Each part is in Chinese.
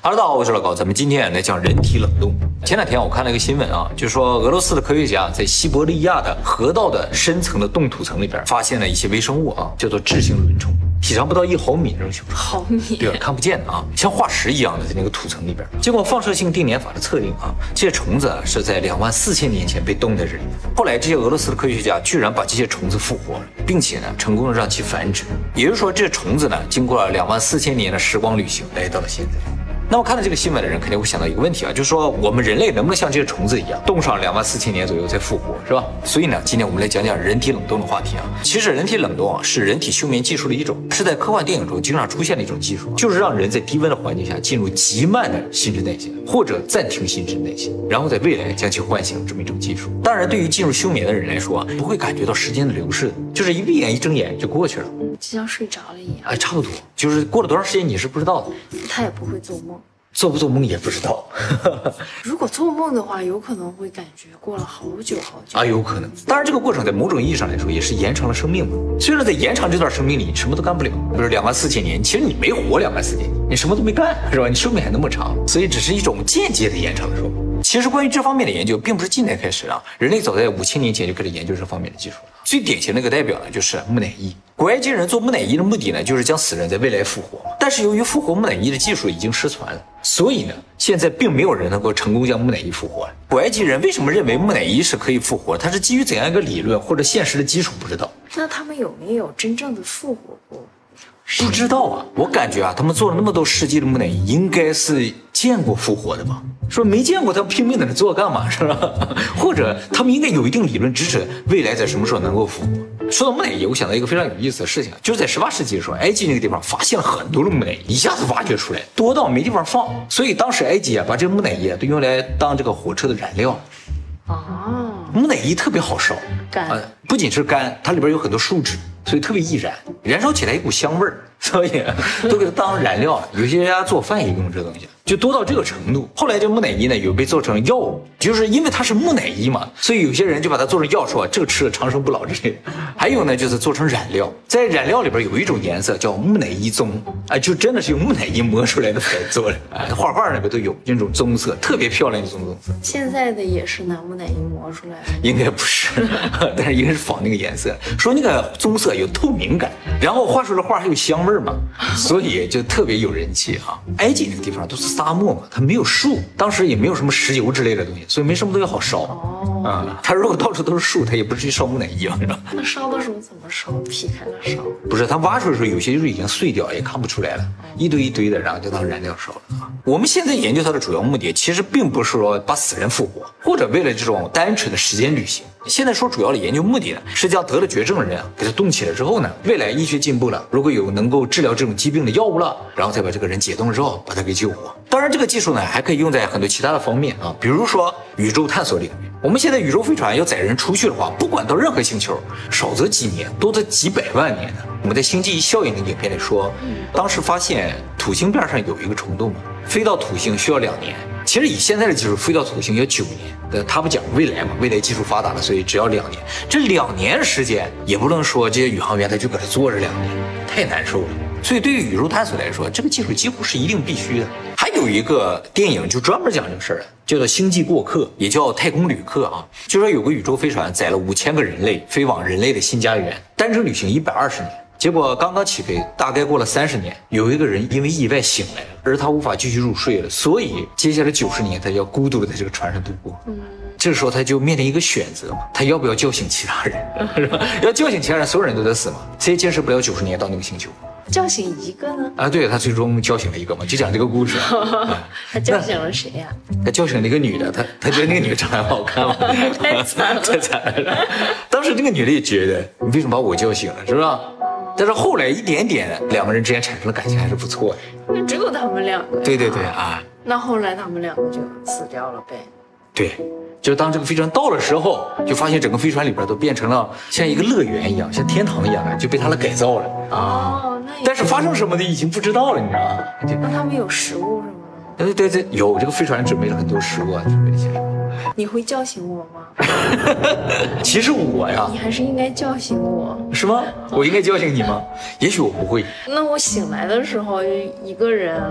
哈喽，大家好，我是老高，咱们今天来讲人体冷冻。前两天我看了一个新闻啊，就说俄罗斯的科学家在西伯利亚的河道的深层的冻土层里边发现了一些微生物啊，叫做智性轮虫，体长不到1毫米这种形状， 毫米， 对吧？看不见的啊，像化石一样的在那个土层里边。经过放射性定年法的测定啊，这些虫子是在24000年前被冻在这里。后来这些俄罗斯的科学家居然把这些虫子复活了，并且呢成功的让其繁殖。也就是说，这虫子呢经过了24000年的时光旅行，来到了现在。那么看到这个新闻的人肯定会想到一个问题啊，就是说我们人类能不能像这些虫子一样冻上24000年左右再复活，是吧？所以呢，今天我们来讲讲人体冷冻的话题啊。其实人体冷冻啊是人体休眠技术的一种，是在科幻电影中经常出现的一种技术，就是让人在低温的环境下进入极慢的新陈代谢，或者暂停新陈代谢，然后在未来将其唤醒这么一种技术。当然，对于进入休眠的人来说啊，不会感觉到时间的流逝，就是一闭眼一睁眼就过去了， 就像睡着了一样。 哎，差不多，就是过了多长时间你是不知道的。 他也不会做梦。 做不做梦也不知道。 如果做梦的话，有可能会感觉过了好久好久啊，有可能。当然，这个过程在某种意义上来说也是延长了生命嘛。虽然在延长这段生命里，你什么都干不了，比如24000年，其实你没活24000年，你什么都没干，是吧？你寿命还那么长，所以只是一种间接的延长的寿命。其实关于这方面的研究，并不是近代开始啊，人类早在5000年前就开始研究这方面的技术了。最典型的一个代表呢，就是木乃伊。古埃及人做木乃伊的目的呢，就是将死人在未来复活。但是由于复活木乃伊的技术已经失传了，所以呢，现在并没有人能够成功将木乃伊复活。古埃及人为什么认为木乃伊是可以复活？它是基于怎样一个理论或者现实的基础？不知道。 那他们有没有真正的复活过？ 不知道啊，我感觉啊，他们做了那么多世纪的木乃伊，应该是见过复活的吧？说没见过，他们拼命在那做干嘛，是吧？或者他们应该有一定理论支持未来在什么时候能够复活。说到木乃伊，我想到一个非常有意思的事情，就是在18世纪的时候，埃及那个地方发现了很多的木乃伊，一下子挖掘出来，多到没地方放，所以当时埃及啊，把这个木乃伊啊都用来当这个火车的燃料。 哦， 木乃伊特别好烧， 干， 不仅是干，它里边有很多树脂，所以特别易燃，燃烧起来一股香味儿，所以都给它当燃料了。有些人家做饭也用这东西，就多到这个程度。后来这木乃伊呢，有被做成药物，就是因为它是木乃伊嘛，所以有些人就把它做成药，说这个吃了长生不老之类的。还有呢，就是做成染料，在染料里边有一种颜色叫木乃伊棕，啊，就真的是用木乃伊磨出来的才做的，画画里边都有那种棕色，特别漂亮的棕色。 现在的也是拿木乃伊磨出来的？ 应该不是，但是应该是仿那个颜色，说那个棕色有透明感，然后画出来的画还有香味嘛，所以就特别有人气啊。埃及那个地方都是沙漠嘛，它没有树，当时也没有什么石油之类的东西，所以没什么东西好烧。哦，它如果到处都是树，它也不至于烧木乃伊啊。 那烧的时候怎么烧？劈开了烧？ 不是，它挖出来的时候有些就是已经碎掉，也看不出来了，一堆一堆的，然后就当燃料烧了啊。我们现在研究它的主要目的，其实并不是说把死人复活，或者为了这种单纯的时间旅行。现在说主要的研究目的呢，是将得了绝症的人啊给他冻起来之后呢，未来医学进步了，如果有能够治疗这种疾病的药物了，然后再把这个人解冻之后把他给救活。当然，这个技术呢还可以用在很多其他的方面啊，比如说宇宙探索领域。我们现在宇宙飞船要载人出去的话，不管到任何星球，少则几年，多则几百万年的。我们在《星际效应》的影片里说，当时发现土星边上有一个虫洞嘛，飞到土星需要2年。其实以现在的技术飞到土星要9年，但他不讲未来嘛，未来技术发达了，所以只要2年。这2年时间也不能说这些宇航员他就搁这坐着2年，太难受了。所以对于宇宙探索来说，这个技术几乎是一定必须的。还有一个电影就专门讲这个事儿的，叫做《星际过客》，也叫太空旅客啊。就说有个宇宙飞船载了5000个人类飞往人类的新家园，单程旅行120年。结果刚刚起飞，大概过了30年，有一个人因为意外醒来了，而他无法继续入睡了，所以接下来90年他要孤独的在这个船上度过。这个时候他就面临一个选择嘛，他要不要叫醒其他人？是吧？要叫醒其他人，所有人都得死嘛，谁也坚持不了90年到那个星球。 叫醒一个呢？ 啊，对，他最终叫醒了一个嘛，就讲这个故事。 他叫醒了谁呀？ 他叫醒了一个女的，他觉得那个女的长得很好看嘛， 太惨了， 太惨了。当时这个女的也觉得，你为什么把我叫醒了，是吧？但是后来一点点，2个人之间产生了感情，还是不错的。 那只有他们2个呀？ 对对对啊。 那后来他们2个就死掉了呗？ 对。就是当这个飞船到的时候，就发现整个飞船里边都变成了像一个乐园一样，像天堂一样的，就被他们改造了啊。但是发生什么的已经不知道了，你知道吗？ 那他们有食物什么对的？ 对，有这个飞船准备了很多食物啊，准备了些什么。 你会叫醒我吗？ 其实我呀， 你还是应该叫醒我， 是吗？我应该叫醒你吗？也许我不会。 那我醒来的时候，一个人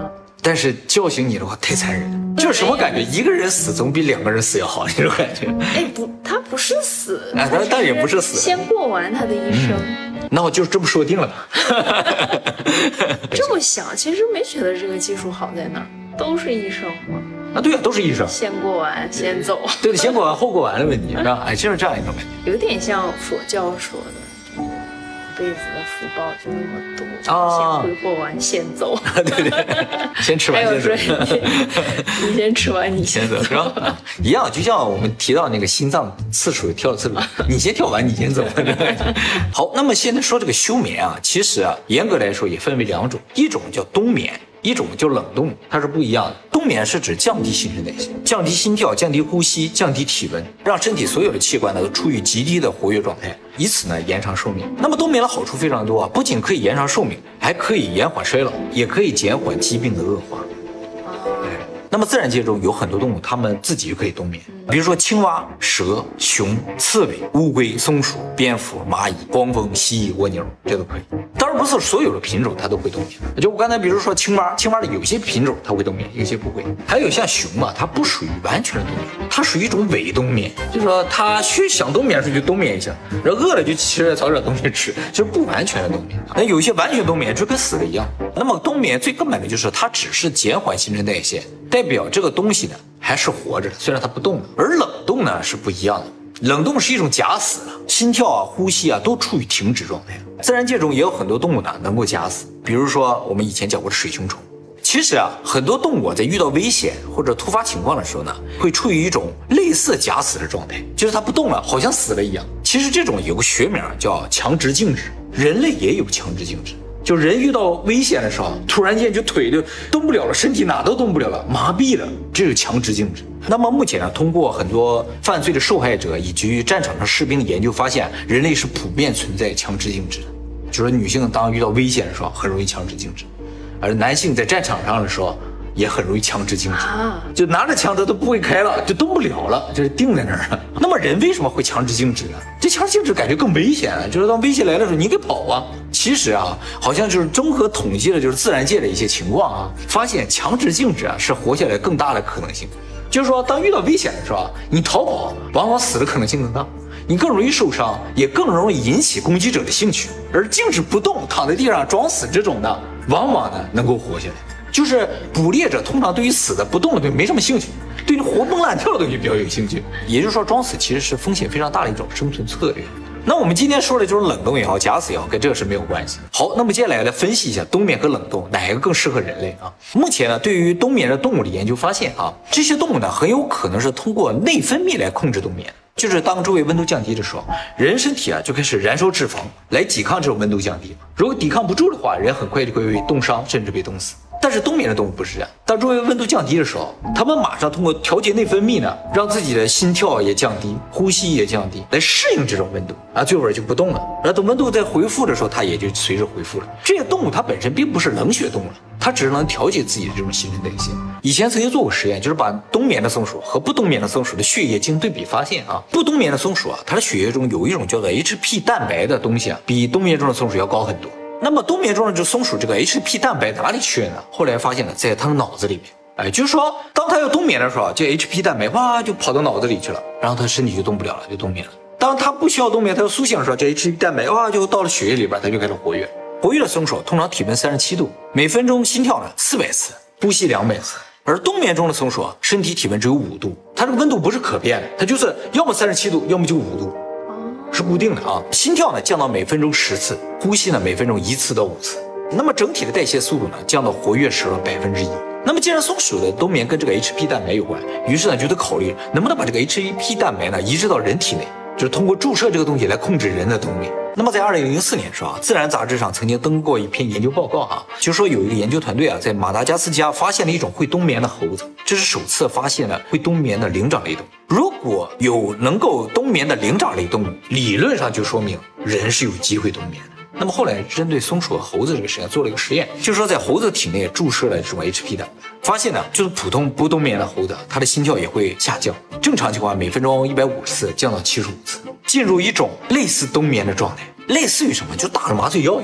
但是叫醒你的话太残忍了，就是什么感觉？一个人死总比2个人死要好，这种感觉。 哎，不，他不是死， 他但也不是死， 先过完他的一生。 那我就这么说定了吧。 这么想，其实没觉得这个技术好在哪儿，都是一生嘛。 啊，对啊，都是一生， 先过完先走。 对，先过完后过完的问题，是吧？哎，就是这样一种感觉， 有点像佛教说的，一辈子的福报就那么多，先挥霍完先走。 对对，先吃完先走。 你先吃完你先走，是吧？一样，就像我们提到那个心脏次数跳的次数，你先跳完你先走。好，那么现在说这个休眠啊，其实啊，严格来说也分为2种，一种叫冬眠。一种叫冷冻，它是不一样的。冬眠是指降低新陈代谢，降低心跳，降低呼吸，降低体温，让身体所有的器官呢都处于极低的活跃状态，以此呢延长寿命。那么冬眠的好处非常多啊，不仅可以延长寿命，还可以延缓衰老，也可以减缓疾病的恶化。那么自然界中有很多动物，它们自己就可以冬眠，比如说青蛙、蛇、熊、刺猬、乌龟、松鼠、蝙蝠、蚂蚁、黄蜂、蜥蜴、蜗牛，这都可以。当然不是所有的品种它都会冬眠，就我刚才比如说青蛙的有些品种它会冬眠，有些不会。还有像熊啊，它不属于完全的冬眠，它属于一种伪冬眠，就是说它想冬眠的时候就冬眠一下，然后饿了就吃点草点东西吃，就是不完全的冬眠。那有一些完全冬眠就跟死了一样。那么冬眠最根本的就是它只是减缓新陈代谢，代表这个东西呢还是活着的，虽然它不动了。而冷冻呢是不一样的，冷冻是一种假死了，心跳啊、呼吸啊都处于停止状态。自然界中也有很多动物呢能够假死，比如说我们以前讲过的水熊虫。其实啊，很多动物在遇到危险或者突发情况的时候呢，会处于一种类似假死的状态，就是它不动了，好像死了一样。其实这种有个学名叫强直静止，人类也有强直静止。就人遇到危险的时候，突然间就腿就动不了了，身体哪都动不了了，麻痹了，这是强直静止。那么目前呢，通过很多犯罪的受害者以及战场上士兵的研究发现，人类是普遍存在强直静止的，就是女性当遇到危险的时候很容易强直静止，而男性在战场上的时候也很容易强直静止，就拿着枪他都不会开了，就动不了了，就是定在那儿了。那么人为什么会强直静止呢？这强直静止感觉更危险啊，就是当危险来的时候你给跑啊。其实啊，好像就是综合统计了就是自然界的一些情况啊，发现强直静止啊是活下来更大的可能性。就是说，当遇到危险的时候，你逃跑往往死的可能性更大，你更容易受伤，也更容易引起攻击者的兴趣。而静止不动、躺在地上装死这种的，往往呢能够活下来。就是捕猎者通常对于死的不动的东西没什么兴趣，对于活蹦乱跳的东西比较有兴趣。也就是说，装死其实是风险非常大的一种生存策略。那我们今天说的就是冷冻也好，假死也好，跟这个是没有关系。好，那么接下来分析一下冬眠和冷冻哪一个更适合人类啊？目前呢，对于冬眠的动物的研究发现啊，这些动物呢很有可能是通过内分泌来控制冬眠。就是当周围温度降低的时候，人身体啊就开始燃烧脂肪来抵抗这种温度降低。如果抵抗不住的话，人很快就会被冻伤，甚至被冻死。但是冬眠的动物不是这样，当周围温度降低的时候，它们马上通过调节内分泌呢，让自己的心跳也降低，呼吸也降低，来适应这种温度啊，最后就不动了。而等温度再回复的时候，它也就随着恢复了。这些动物它本身并不是冷血动物了，它只是能调节自己的这种新陈代谢。以前曾经做过实验，就是把冬眠的松鼠和不冬眠的松鼠的血液进行对比，发现啊，不冬眠的松鼠啊，它的血液中有一种叫做 HP 蛋白的东西啊，比冬眠中的松鼠要高很多。那么冬眠中的这松鼠这个 HP 蛋白哪里缺呢？后来发现了，在它的脑子里面。哎，就是说，当它要冬眠的时候，这 HP 蛋白哇就跑到脑子里去了，然后它身体就动不了了，就冬眠了。当它不需要冬眠，它要苏醒的时候，这 HP 蛋白哇就到了血液里边，它就开始活跃。活跃的松鼠通常体温37度，每分钟心跳呢400次，呼吸200次。而冬眠中的松鼠啊，身体体温只有5度，它这个温度不是可变的，它就是要么37度，要么就5度。是固定的啊，心跳呢降到每分钟10次，呼吸呢每分钟1次到5次。那么整体的代谢速度呢降到活跃时的1%。那么既然松鼠的冬眠跟这个 HP 蛋白有关，于是呢就得考虑能不能把这个 HP 蛋白呢移植到人体内，就是通过注射这个东西来控制人的冬眠。那么在2004年的时候啊，《自然》杂志上曾经登过一篇研究报告啊，就说有一个研究团队啊，在马达加斯加发现了一种会冬眠的猴子，这是首次发现了会冬眠的灵长类动物。如果有能够冬眠的灵长类动物，理论上就说明人是有机会冬眠的。那么后来针对松鼠和猴子这个实验做了一个实验，就是说在猴子体内注射了这种 HP 蛋白，发现呢，就是普通不冬眠的猴子，它的心跳也会下降，正常情况每分钟150次降到75次，进入一种类似冬眠的状态。类似于什么？就打了麻醉药一样，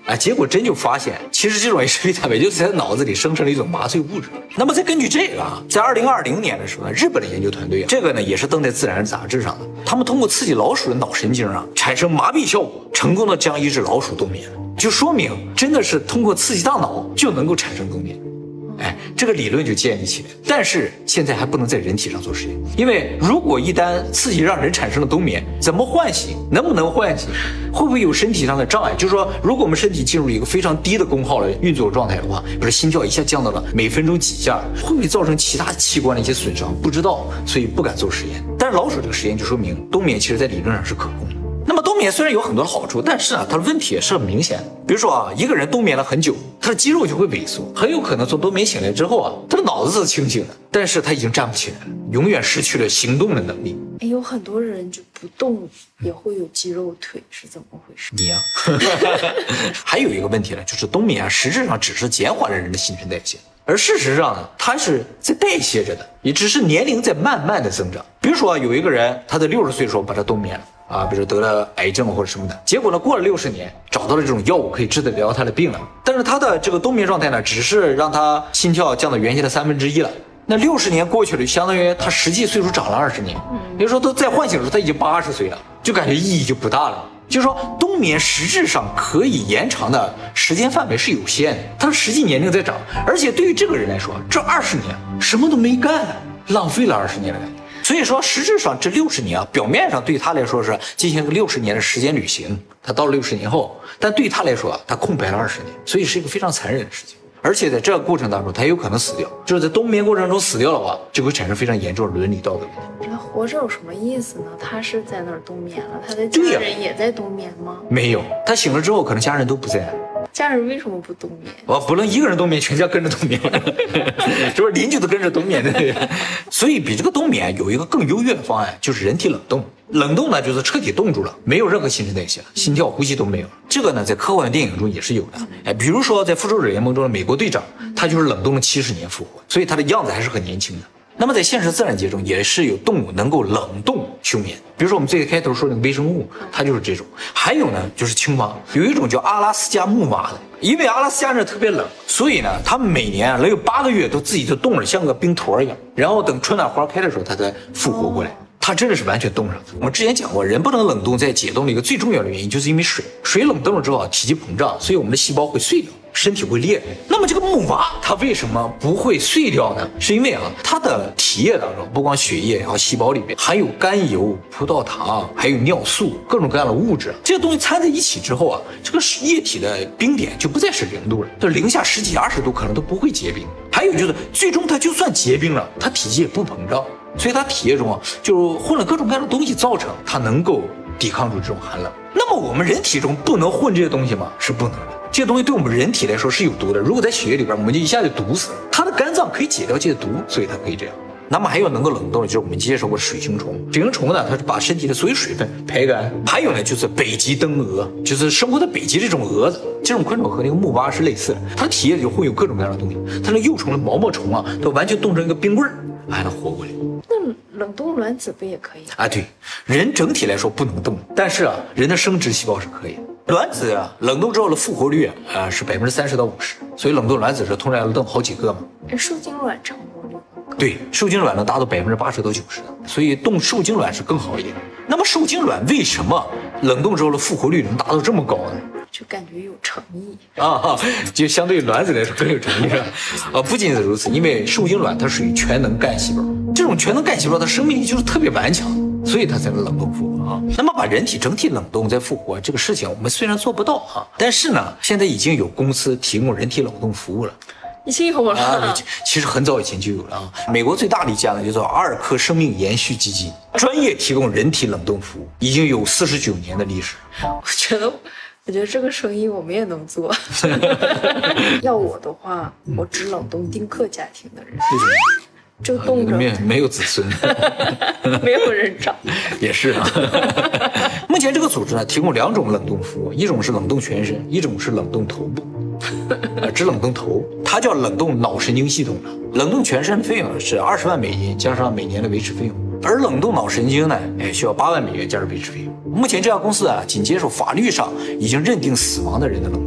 结果真就发现，其实这种 HB 蛋白就是在脑子里生成了一种麻醉物质。那么再根据这个在2020年的时候呢，日本的研究团队这个呢也是登在《自然》杂志上的，他们通过刺激老鼠的脑神经产生麻痹效果，成功的将一只老鼠冬眠，就说明真的是通过刺激大脑就能够产生冬眠。这个理论就建立起来，但是现在还不能在人体上做实验，因为如果一旦刺激让人产生了冬眠，怎么唤醒，能不能唤醒，会不会有身体上的障碍？就是说，如果我们身体进入一个非常低的功耗的运作状态的话，比如心跳一下降到了每分钟几下，会不会造成其他器官的一些损伤？不知道，所以不敢做实验。但是老鼠这个实验就说明，冬眠其实在理论上是可控的。那么冬眠虽然有很多的好处，但是它的问题也是很明显的。比如说一个人冬眠了很久，他的肌肉就会萎缩，很有可能从冬眠醒来之后他的脑子是清醒的，但是他已经站不起来了，永远失去了行动的能力。 有很多人就不动也会有肌肉腿，是怎么回事？ 你还有一个问题呢，就是冬眠实质上只是减缓了人的新陈代谢，而事实上呢，它是在代谢着的，也只是年龄在慢慢的增长。比如说有一个人，他在60岁的时候把他冬眠了。比如得了癌症或者什么的，结果呢，过了60年，找到了这种药物可以治得了他的病了。但是他的这个冬眠状态呢，只是让他心跳降到原先的1/3了。那60年过去了，相当于他实际岁数长了20年。也就是说，都在唤醒的时候他已经80岁了，就感觉意义就不大了。就是说，冬眠实质上可以延长的时间范围是有限的，他的实际年龄在长，而且对于这个人来说，这20年什么都没干，浪费了20年的感觉。所以说，实质上这60年表面上对他来说是进行个60年的时间旅行，他到了60年后，但对他来说他空白了20年，所以是一个非常残忍的事情。而且在这个过程当中，他有可能死掉，就是在冬眠过程中死掉的话，就会产生非常严重的伦理道德问题。 那活着有什么意思呢？他是在那儿冬眠了，他的家人也在冬眠吗？ 没有，他醒了之后，可能家人都不在。 家人为什么不冬眠？ 不能一个人冬眠，全家跟着冬眠，就是邻居都跟着冬眠的。所以比这个冬眠有一个更优越的方案，就是人体冷冻。冷冻呢，就是彻底冻住了，没有任何新陈代谢，心跳、呼吸都没有了。这个呢，在科幻电影中也是有的。比如说在复仇者联盟中的美国队长，他就是冷冻了70年复活，所以他的样子还是很年轻的。那么在现实自然界中也是有动物能够冷冻休眠，比如说我们最开头说那个微生物，它就是这种。还有呢，就是青蛙，有一种叫阿拉斯加木蛙的，因为阿拉斯加那特别冷，所以呢，它们每年能有8个月都自己就冻了，像个冰坨一样，然后等春暖花开的时候，它才复活过来。它真的是完全冻上的。我们之前讲过，人不能冷冻，在解冻的一个最重要的原因，就是因为水冷冻了之后体积膨胀，所以我们的细胞会碎掉。身体会裂开。那么这个木蛙它为什么不会碎掉呢？是因为它的体液当中，不光血液然后细胞里面含有甘油、葡萄糖，还有尿素，各种各样的物质。这些东西掺在一起之后这个液体的冰点就不再是0度了，就零下10几20度可能都不会结冰。还有就是最终它就算结冰了，它体积也不膨胀，所以它体液中就混了各种各样的东西，造成它能够抵抗住这种寒冷。那么我们人体中不能混这些东西吗？是不能的。这些东西对我们人体来说是有毒的，如果在血液里边，我们就一下就毒死了。它的肝脏可以解掉这些毒，所以它可以这样。那么还有能够冷冻的，就是我们介绍过水星虫。水星虫呢，它是把身体的所有水分排干。还有呢，就是北极灯蛾，就是生活在北极这种蛾子。这种昆虫和那个木蛙是类似的，它的体液里会有各种各样的东西。它的幼虫的毛毛虫都完全冻成一个冰棍儿，还能活过来。 那冷冻卵子不也可以？ 对，人整体来说不能冻，但是人的生殖细胞是可以的。卵子冷冻之后的复活率是30%到50%，所以冷冻卵子是通常要冻好几个嘛。 受精卵成活率对，受精卵能达到80%到90%的，所以冻受精卵是更好一点。那么受精卵为什么冷冻之后的复活率能达到这么高呢？ 就感觉有诚意就相对卵子来说更有诚意不仅是如此，因为受精卵它属于全能干细胞，这种全能干细胞它生命力就是特别顽强，所以它才能冷冻复活那么把人体整体冷冻再复活这个事情，我们虽然做不到但是呢，现在已经有公司提供人体冷冻服务了。 已经有了其实很早以前就有了美国最大的一家呢，叫做阿尔科生命延续基金，专业提供人体冷冻服务，已经有49年的历史。 我觉得这个生意我们也能做。要我的话，我只冷冻丁克家庭的人。 为什么？ 就冻着没有子孙， 没有人找， 也是目前这个组织呢，提供2种冷冻服务，一种是冷冻全身，一种是冷冻头部，只冷冻头，它叫冷冻脑神经系统冷冻全身的费用是$20万加上每年的维持费用，而冷冻脑神经呢，需要$8万加上维持费用。目前这家公司紧接受法律上已经认定死亡的人的冷冻。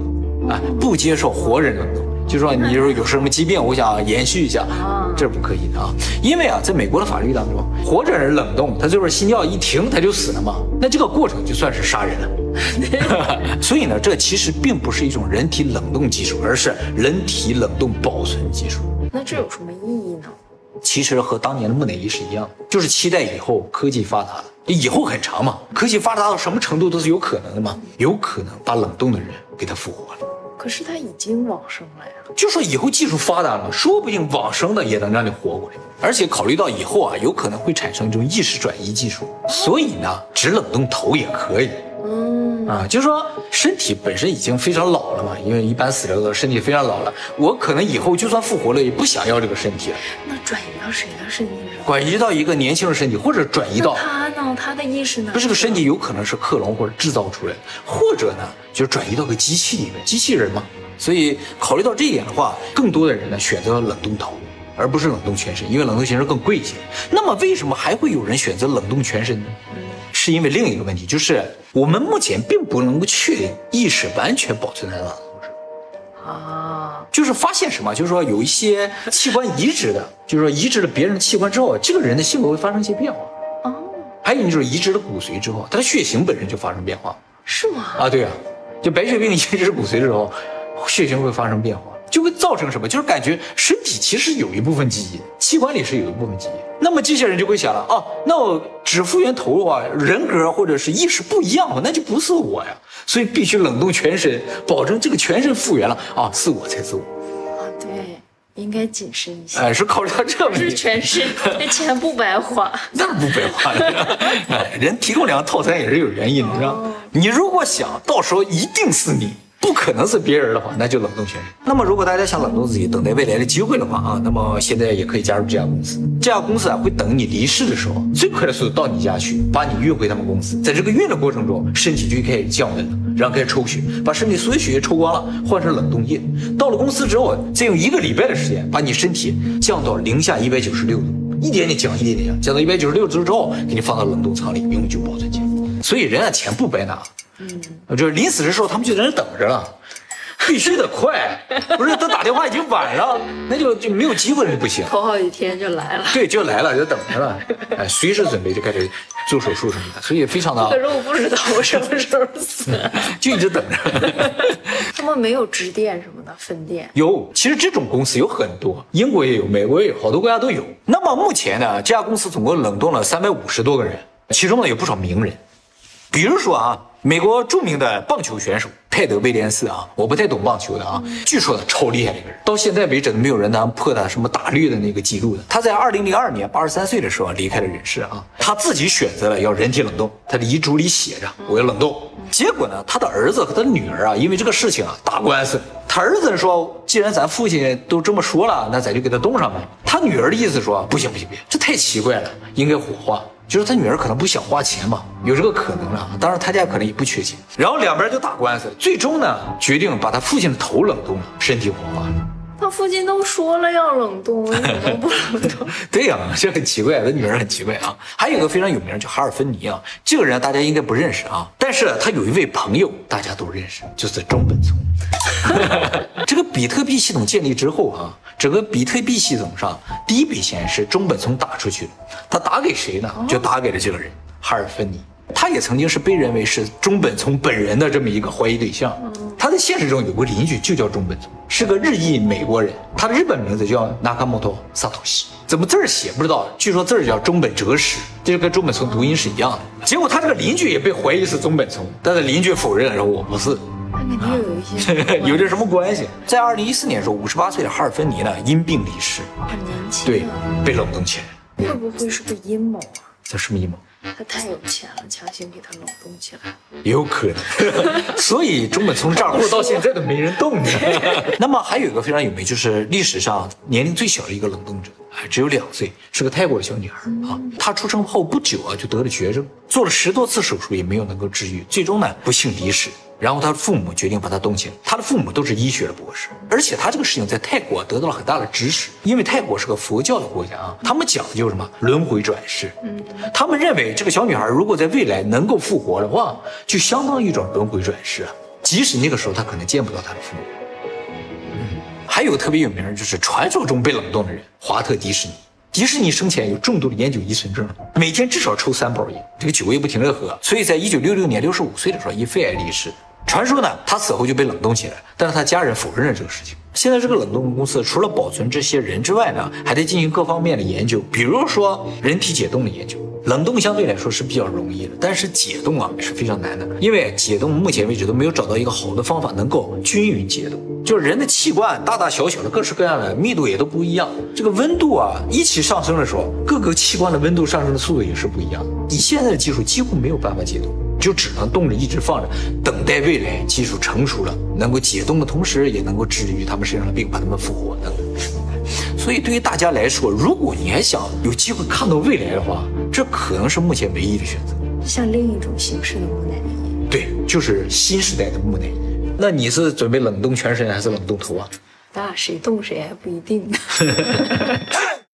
啊，不接受活人冷冻。就说你说有什么疾病，我想延续一下，这是不可以的啊。因为啊，在美国的法律当中，活着人冷冻，他就是心跳一停他就死了嘛，那这个过程就算是杀人了。所以呢，这其实并不是一种人体冷冻技术，而是人体冷冻保存技术。 那这有什么意义呢？ 其实和当年的木乃伊是一样的，就是期待以后科技发达了，以后很长嘛，科技发达到什么程度都是有可能的嘛，有可能把冷冻的人给他复活了。 可是他已经往生了呀。 就说以后技术发达了，说不定往生的也能让你活过来。而且考虑到以后啊，有可能会产生一种意识转移技术，所以呢，只冷冻头也可以。就是说身体本身已经非常老了嘛，因为一般死了的身体非常老了，我可能以后就算复活了，也不想要这个身体了。 那转移到谁的身体上？ 转移到一个年轻的身体，或者转移到他呢？他的意识呢？ 这个身体有可能是克隆或者制造出来的，或者呢，就是转移到个机器里面，机器人嘛。所以考虑到这一点的话，更多的人呢选择冷冻头，而不是冷冻全身，因为冷冻全身更贵一些。那么为什么还会有人选择冷冻全身呢？是因为另一个问题，就是我们目前并不能够确定意识完全保存在冷冻上。就是发现什么，就是说有一些器官移植的，就是说移植了别人的器官之后，这个人的性格会发生一些变化。还有就是移植了骨髓之后，他的血型本身就发生变化。 是吗？ 对啊，就白血病移植骨髓的时候，血型会发生变化，就会造成什么？就是感觉身体其实有一部分记忆，器官里是有一部分记忆。那么这些人就会想了，那我只复原头的话，人格或者是意识不一样嘛，那就不是我呀。所以必须冷冻全身，保证这个全身复原了是我才是我。 对，应该谨慎一些。 是考虑到这个问题， 是全身，这钱不白花。 那不白花的。人提供2个套餐也是有原因的，是吧？你如果想到时候一定是你，不可能是别人的话，那就冷冻全身。那么如果大家想冷冻自己，等待未来的机会的话那么现在也可以加入这家公司。这家公司会等你离世的时候，最快的速度到你家去，把你运回他们公司。在这个运的过程中，身体就开始降温了，然后开始抽血，把身体所有血液抽光了，换成冷冻液。到了公司之后，再用1个礼拜的时间，把你身体降到零下196度，一点点降，一点点降，降到196度之后，给你放到冷冻仓里永久保存起来。所以人家钱不白拿。就是临死的时候，他们就在那等着了，必须得快，不是他打电话已经晚了，那就没有机会了就不行。 头好几天就来了， 对，就来了，就等着了，随时准备就开始做手术什么的，所以非常的。 可是我不知道我什么时候死， 就一直等着。 他们没有支店什么的分店？ 有，其实这种公司有很多，英国也有，美国也有，好多国家都有。那么目前呢，这家公司总共冷冻了350多个人，其中呢有不少名人，比如说美国著名的棒球选手泰德·威廉斯我不太懂棒球的据说他超厉害的一个人，到现在为止都没有人能破他什么打率的那个记录的。他在2002年83岁的时候离开了人世他自己选择了要人体冷冻，他的遗嘱里写着我要冷冻。结果呢，他的儿子和他的女儿因为这个事情打官司。他儿子说，既然咱父亲都这么说了，那咱就给他冻上呗。他女儿的意思说，不行，这太奇怪了，应该火化。就是他女儿可能不想花钱嘛，有这个可能了。当然他家可能也不缺钱，然后两边就打官司，最终呢决定把他父亲的头冷冻了，身体火化。 他父亲都说了要冷冻，为什么不冷冻？ 对呀，这很奇怪，他女儿很奇怪还有一个非常有名叫哈尔芬尼这个人大家应该不认识但是他有一位朋友大家都认识，就是中本聪。这个比特币系统建立之后整个比特币系统上第一笔钱是中本聪打出去的，他打给谁呢？就打给了这个人哈尔芬尼。他也曾经是被认为是中本聪本人的这么一个怀疑对象。他在现实中有个邻居就叫中本聪，是个日裔美国人，他的日本名字叫Nakamoto Satoshi，怎么字儿写不知道，据说字儿叫中本哲史，这就跟中本聪读音是一样的。结果他这个邻居也被怀疑是中本聪，但是邻居否认说我不是。 他肯定有一些有点什么关系？在2014年的时候，58岁的哈尔芬尼呢因病离世， 很年轻， 对，被冷冻起来。 会不会是个阴谋这什么阴谋？ 他太有钱了，强行给他冷冻起来， 有可能。所以中本聪账户到现在都没人动呢。那么还有一个非常有名，就是历史上年龄最小的一个冷冻者，只有2岁，是个泰国的小女孩她出生后不久就得了绝症，做了10多次手术也没有能够治愈，最终呢不幸离世。然后他的父母决定把他冻起来，他的父母都是医学的博士，而且他这个事情在泰国得到了很大的支持，因为泰国是个佛教的国家他们讲究什么轮回转世，他们认为这个小女孩如果在未来能够复活的话，就相当于一种轮回转世即使那个时候他可能见不到他的父母。还有特别有名的就是传说中被冷冻的人华特迪士尼。迪士尼生前有重度的烟酒依存症，每天至少抽3包烟，这个酒也不停地喝，所以在1966年65岁的时候因肺癌离世。传说呢，他死后就被冷冻起来，但是他家人否认了这个事情。现在这个冷冻公司除了保存这些人之外呢，还得进行各方面的研究，比如说人体解冻的研究。冷冻相对来说是比较容易的，但是解冻啊是非常难的，因为解冻目前为止都没有找到一个好的方法能够均匀解冻。就是人的器官大大小小的各式各样的密度也都不一样，这个温度啊一起上升的时候，各个器官的温度上升的速度也是不一样的。以现在的技术几乎没有办法解冻，就只能冻着一直放着，等待未来技术成熟了能够解冻的同时也能够治愈他们身上的病，把他们复活等等。所以对于大家来说，如果你还想有机会看到未来的话，这可能是目前唯一的选择， 像另一种形式的木乃伊。 对，就是新时代的木乃伊。那你是准备冷冻全身还是冷冻头啊？ 咱俩谁动谁还不一定呢。